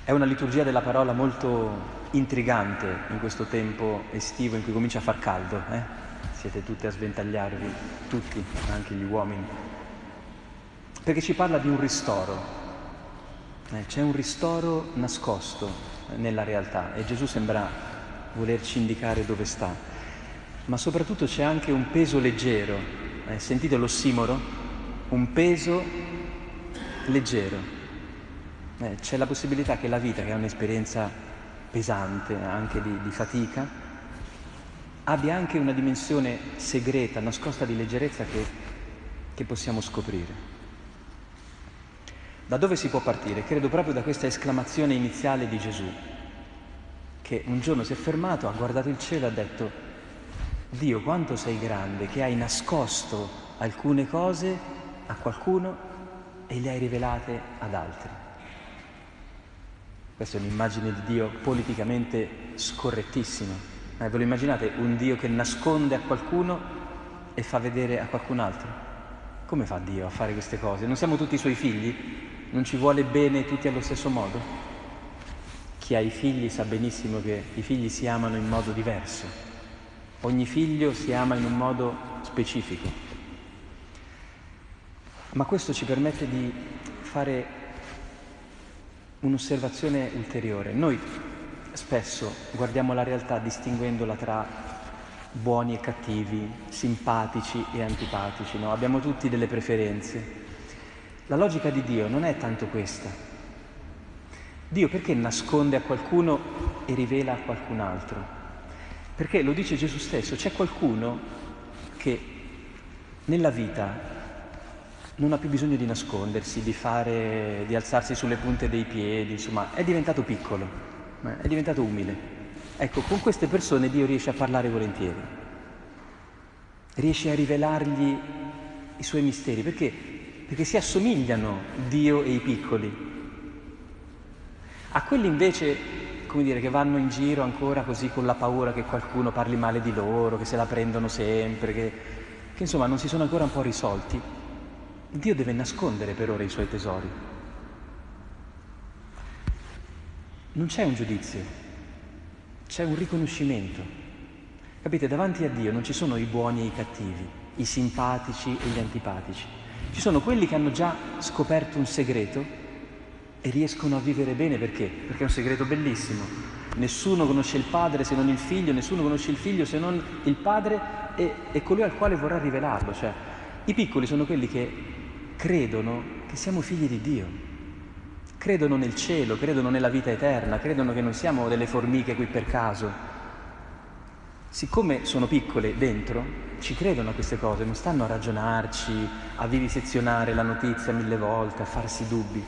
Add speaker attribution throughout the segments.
Speaker 1: È una liturgia della parola molto intrigante in questo tempo estivo in cui comincia a far caldo, Siete tutti a sventagliarvi, tutti, anche gli uomini. Perché ci parla di un ristoro. C'è un ristoro nascosto nella realtà e Gesù sembra volerci indicare dove sta. Ma soprattutto c'è anche un peso leggero. Sentite l'ossimoro? Un peso leggero. C'è la possibilità che la vita, che è un'esperienza pesante, anche di fatica, abbia anche una dimensione segreta, nascosta di leggerezza che possiamo scoprire. Da dove si può partire? Credo proprio da questa esclamazione iniziale di Gesù, che un giorno si è fermato, ha guardato il cielo e ha detto: Dio, quanto sei grande, che hai nascosto alcune cose a qualcuno e le hai rivelate ad altri. Questa è un'immagine di Dio politicamente scorrettissima. Ve lo immaginate? Un Dio che nasconde a qualcuno e fa vedere a qualcun altro? Come fa Dio a fare queste cose? Non siamo tutti i suoi figli? Non ci vuole bene tutti allo stesso modo? Chi ha i figli sa benissimo che i figli si amano in modo diverso. Ogni figlio si ama in un modo specifico. Ma questo ci permette di fare un'osservazione ulteriore. Noi spesso guardiamo la realtà distinguendola tra buoni e cattivi, simpatici e antipatici, no? Abbiamo tutti delle preferenze. La logica di Dio non è tanto questa. Dio perché nasconde a qualcuno e rivela a qualcun altro? Perché, lo dice Gesù stesso, c'è qualcuno che nella vita non ha più bisogno di nascondersi, di alzarsi sulle punte dei piedi, insomma, è diventato piccolo, è diventato umile. Ecco, con queste persone Dio riesce a parlare volentieri, riesce a rivelargli i suoi misteri, perché si assomigliano Dio e i piccoli. A quelli invece, come dire, che vanno in giro ancora così con la paura che qualcuno parli male di loro, che se la prendono sempre, che insomma non si sono ancora un po' risolti, Dio deve nascondere per ora i suoi tesori. Non c'è un giudizio, c'è un riconoscimento. Capite, davanti a Dio non ci sono i buoni e i cattivi, i simpatici e gli antipatici. Ci sono quelli che hanno già scoperto un segreto e riescono a vivere bene. Perché? Perché è un segreto bellissimo. Nessuno conosce il Padre se non il Figlio, nessuno conosce il Figlio se non il Padre e colui al quale vorrà rivelarlo. Cioè, i piccoli sono quelli che credono che siamo figli di Dio, credono nel cielo, credono nella vita eterna, credono che non siamo delle formiche qui per caso. Siccome sono piccole dentro, ci credono a queste cose, non stanno a ragionarci, a vivisezionare la notizia 1000 volte, a farsi dubbi.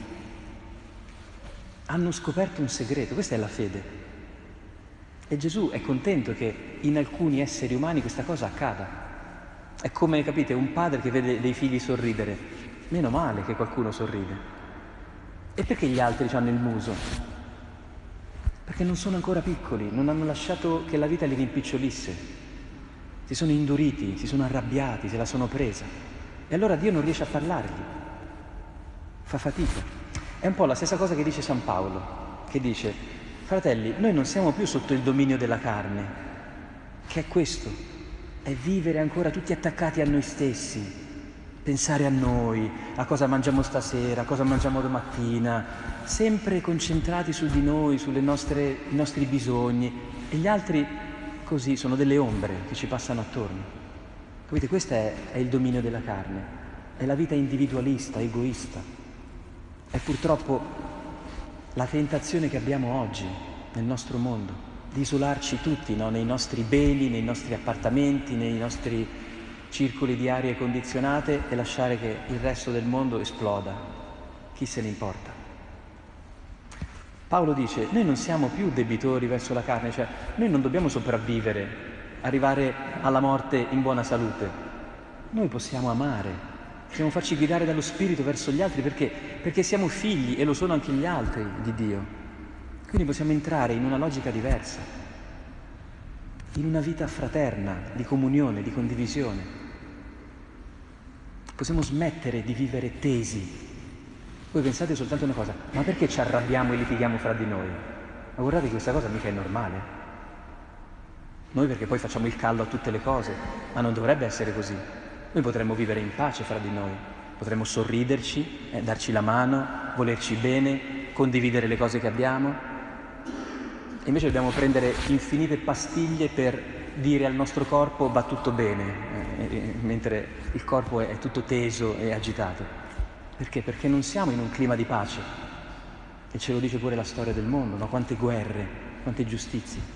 Speaker 1: Hanno scoperto un segreto, questa è la fede. E Gesù è contento che in alcuni esseri umani questa cosa accada. È come, capite, un padre che vede dei figli sorridere. Meno male che qualcuno sorride. E perché gli altri hanno il muso? Perché non sono ancora piccoli, non hanno lasciato che la vita li rimpicciolisse. Si sono induriti, si sono arrabbiati, se la sono presa. E allora Dio non riesce a parlargli. Fa fatica. È un po' la stessa cosa che dice San Paolo, che dice: fratelli, noi non siamo più sotto il dominio della carne, che è questo, è vivere ancora tutti attaccati a noi stessi, pensare a noi, a cosa mangiamo stasera, a cosa mangiamo domattina, sempre concentrati su di noi, i nostri bisogni, e gli altri così sono delle ombre che ci passano attorno. Capite? Questo è il dominio della carne, è la vita individualista, egoista. È purtroppo la tentazione che abbiamo oggi nel nostro mondo, di isolarci tutti, no? Nei nostri beni, nei nostri appartamenti, nei nostri circoli di arie condizionate e lasciare che il resto del mondo esploda. Chi se ne importa? Paolo dice: noi non siamo più debitori verso la carne, cioè noi non dobbiamo sopravvivere, arrivare alla morte in buona salute. Noi possiamo amare. Possiamo farci guidare dallo Spirito verso gli altri perché siamo figli e lo sono anche gli altri di Dio. Quindi possiamo entrare in una logica diversa, in una vita fraterna, di comunione, di condivisione. Possiamo smettere di vivere tesi Voi pensate soltanto una cosa, ma perché ci arrabbiamo e litighiamo fra di noi? Ma guardate che questa cosa mica è normale. Noi perché poi facciamo il callo a tutte le cose, ma non dovrebbe essere così. Noi potremmo vivere in pace fra di noi, potremmo sorriderci, darci la mano, volerci bene, condividere le cose che abbiamo. E invece dobbiamo prendere infinite pastiglie per dire al nostro corpo va tutto bene, mentre il corpo è tutto teso e agitato. Perché? Perché non siamo in un clima di pace. E ce lo dice pure la storia del mondo, no? Quante guerre, quante ingiustizie.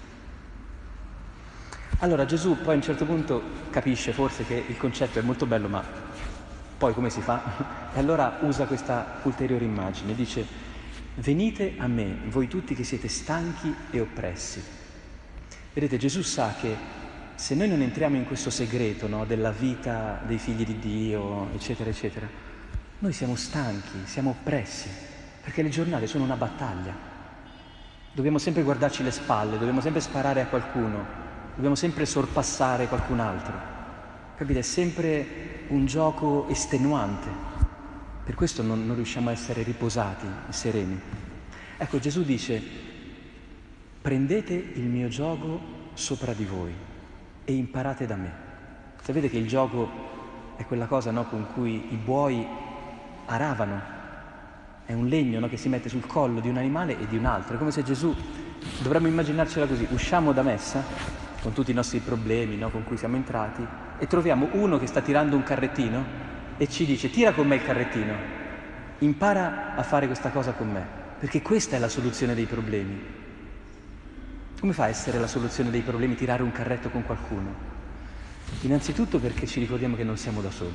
Speaker 1: Allora Gesù poi a un certo punto capisce forse che il concetto è molto bello, ma poi come si fa? E allora usa questa ulteriore immagine, dice: venite a me, voi tutti che siete stanchi e oppressi. Vedete, Gesù sa che se noi non entriamo in questo segreto, no, della vita dei figli di Dio, eccetera, eccetera, noi siamo stanchi, siamo oppressi, perché le giornate sono una battaglia. Dobbiamo sempre guardarci le spalle, dobbiamo sempre sparare a qualcuno, dobbiamo sempre sorpassare qualcun altro. Capite? È sempre un gioco estenuante. Per questo non riusciamo a essere riposati e sereni. Ecco, Gesù dice: prendete il mio giogo sopra di voi e imparate da me. Sapete che il giogo è quella cosa, no, con cui i buoi aravano. È un legno, no, che si mette sul collo di un animale e di un altro. È come se Gesù, dovremmo immaginarcela così, usciamo da messa con tutti i nostri problemi, no, con cui siamo entrati, e troviamo uno che sta tirando un carrettino e ci dice: tira con me il carrettino, impara a fare questa cosa con me, perché questa è la soluzione dei problemi. Come fa a essere la soluzione dei problemi tirare un carretto con qualcuno? Innanzitutto perché ci ricordiamo che non siamo da soli.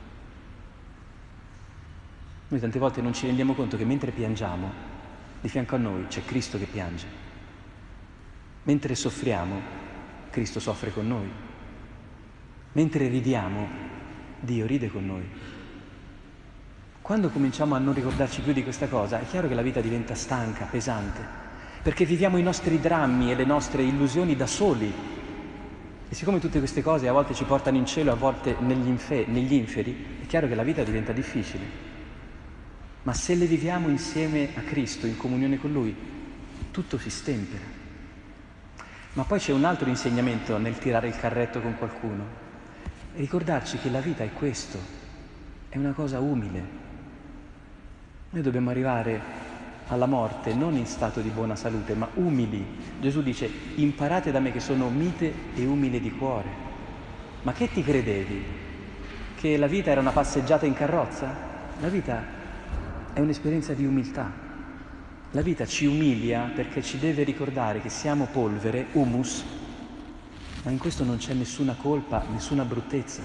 Speaker 1: Noi tante volte non ci rendiamo conto che mentre piangiamo, di fianco a noi c'è Cristo che piange. Mentre soffriamo, Cristo soffre con noi. Mentre ridiamo, Dio ride con noi. Quando cominciamo a non ricordarci più di questa cosa, è chiaro che la vita diventa stanca, pesante, perché viviamo i nostri drammi e le nostre illusioni da soli. E siccome tutte queste cose a volte ci portano in cielo, a volte negli inferi, è chiaro che la vita diventa difficile. Ma se le viviamo insieme a Cristo, in comunione con Lui, tutto si stempera. Ma poi c'è un altro insegnamento nel tirare il carretto con qualcuno. Ricordarci che la vita è questo, è una cosa umile. Noi dobbiamo arrivare alla morte non in stato di buona salute, ma umili. Gesù dice: imparate da me che sono mite e umile di cuore. Ma che ti credevi? Che la vita era una passeggiata in carrozza? La vita è un'esperienza di umiltà. La vita ci umilia perché ci deve ricordare che siamo polvere, humus, ma in questo non c'è nessuna colpa, nessuna bruttezza.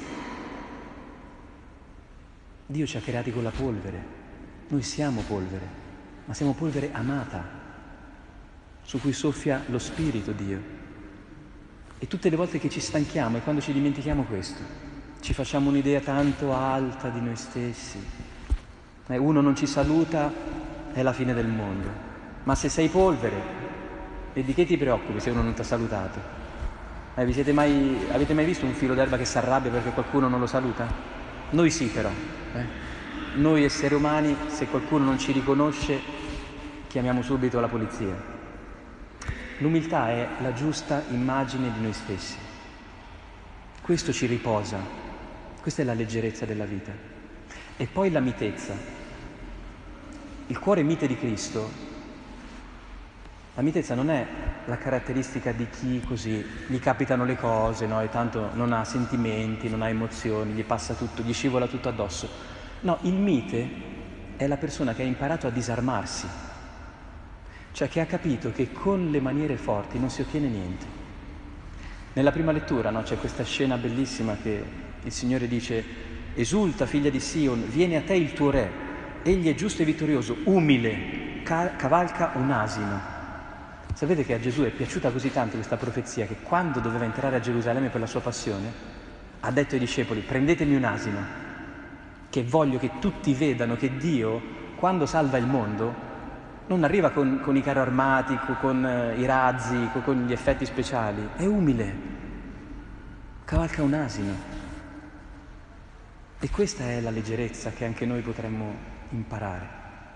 Speaker 1: Dio ci ha creati con la polvere, noi siamo polvere, ma siamo polvere amata, su cui soffia lo Spirito Dio. E tutte le volte che ci stanchiamo è quando ci dimentichiamo questo, ci facciamo un'idea tanto alta di noi stessi. Uno non ci saluta, è la fine del mondo. Ma se sei polvere, e di che ti preoccupi se uno non ti ha salutato? Avete mai visto un filo d'erba che si arrabbia perché qualcuno non lo saluta? Noi sì, però. Noi esseri umani, se qualcuno non ci riconosce, chiamiamo subito la polizia. L'umiltà è la giusta immagine di noi stessi. Questo ci riposa, questa è la leggerezza della vita. E poi la mitezza. Il cuore mite di Cristo, la mitezza non è la caratteristica di chi così gli capitano le cose, no? E tanto non ha sentimenti, non ha emozioni, gli passa tutto, gli scivola tutto addosso. No, il mite è la persona che ha imparato a disarmarsi, cioè che ha capito che con le maniere forti non si ottiene niente. Nella prima lettura, no, c'è questa scena bellissima che il Signore dice: esulta figlia di Sion, viene a te il tuo re. Egli è giusto e vittorioso, umile, cavalca un asino. Sapete che a Gesù è piaciuta così tanto questa profezia che quando doveva entrare a Gerusalemme per la sua passione ha detto ai discepoli: prendetemi un asino, che voglio che tutti vedano che Dio, quando salva il mondo, non arriva con i carri armati, con i razzi, con gli effetti speciali, è umile, cavalca un asino. E questa è la leggerezza che anche noi potremmo imparare.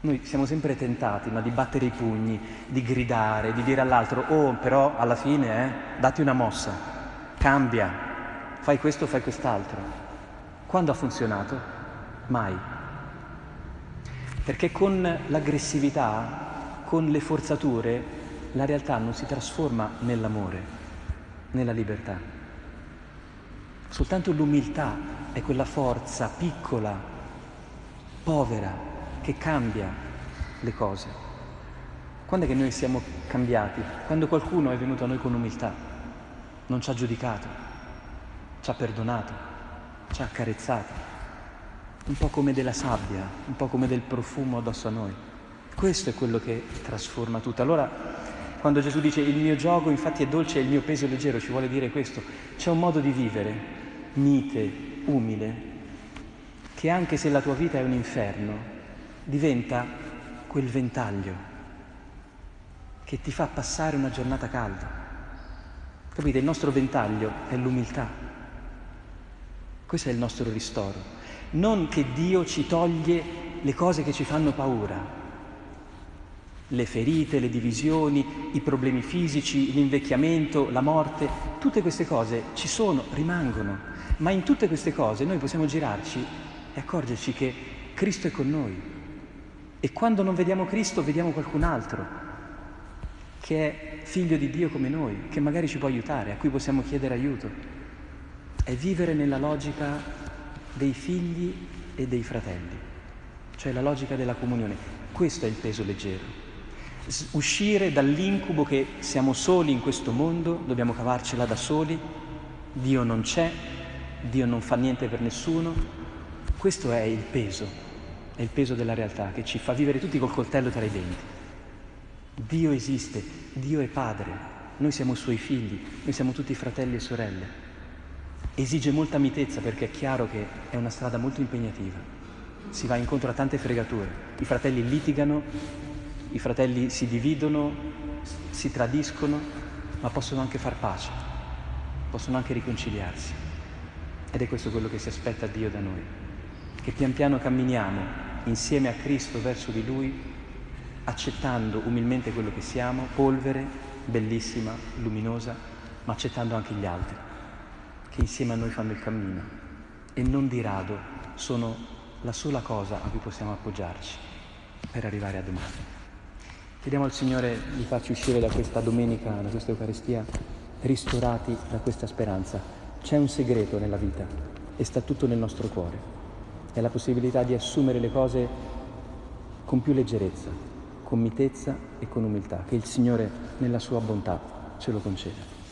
Speaker 1: Noi siamo sempre tentati, no, di battere i pugni, di gridare, di dire all'altro, oh, però alla fine, datti una mossa, cambia, fai questo, fai quest'altro. Quando ha funzionato? Mai. Perché con l'aggressività, con le forzature, la realtà non si trasforma nell'amore, nella libertà. Soltanto l'umiltà è quella forza piccola, povera, che cambia le cose. Quando è che noi siamo cambiati? Quando qualcuno è venuto a noi con umiltà, non ci ha giudicato, ci ha perdonato, ci ha accarezzato, un po' come della sabbia, un po' come del profumo addosso a noi. Questo è quello che trasforma tutto. Allora, quando Gesù dice il mio giogo infatti è dolce e il mio peso è leggero, ci vuole dire questo. C'è un modo di vivere, mite, umile, che anche se la tua vita è un inferno, diventa quel ventaglio che ti fa passare una giornata calda. Capite? Il nostro ventaglio è l'umiltà. Questo è il nostro ristoro. Non che Dio ci toglie le cose che ci fanno paura, le ferite, le divisioni, i problemi fisici, l'invecchiamento, la morte, tutte queste cose ci sono, rimangono, ma in tutte queste cose noi possiamo girarci e accorgerci che Cristo è con noi. E quando non vediamo Cristo, vediamo qualcun altro che è figlio di Dio come noi, che magari ci può aiutare, a cui possiamo chiedere aiuto. È vivere nella logica dei figli e dei fratelli, cioè la logica della comunione. Questo è il peso leggero. Uscire dall'incubo che siamo soli in questo mondo, dobbiamo cavarcela da soli, Dio non c'è, Dio non fa niente per nessuno. Questo è il peso. È il peso della realtà che ci fa vivere tutti col coltello tra i denti. Dio esiste, Dio è Padre, noi siamo Suoi figli, noi siamo tutti fratelli e sorelle. Esige molta mitezza perché è chiaro che è una strada molto impegnativa. Si va incontro a tante fregature. I fratelli litigano, i fratelli si dividono, si tradiscono, ma possono anche far pace, possono anche riconciliarsi. Ed è questo quello che si aspetta Dio da noi. Che pian piano camminiamo insieme a Cristo verso di Lui, accettando umilmente quello che siamo, polvere, bellissima, luminosa, ma accettando anche gli altri, che insieme a noi fanno il cammino e non di rado sono la sola cosa a cui possiamo appoggiarci per arrivare a domani. Chiediamo al Signore di farci uscire da questa domenica, da questa Eucaristia, ristorati da questa speranza. C'è un segreto nella vita e sta tutto nel nostro cuore. È la possibilità di assumere le cose con più leggerezza, con mitezza e con umiltà, che il Signore nella sua bontà ce lo conceda.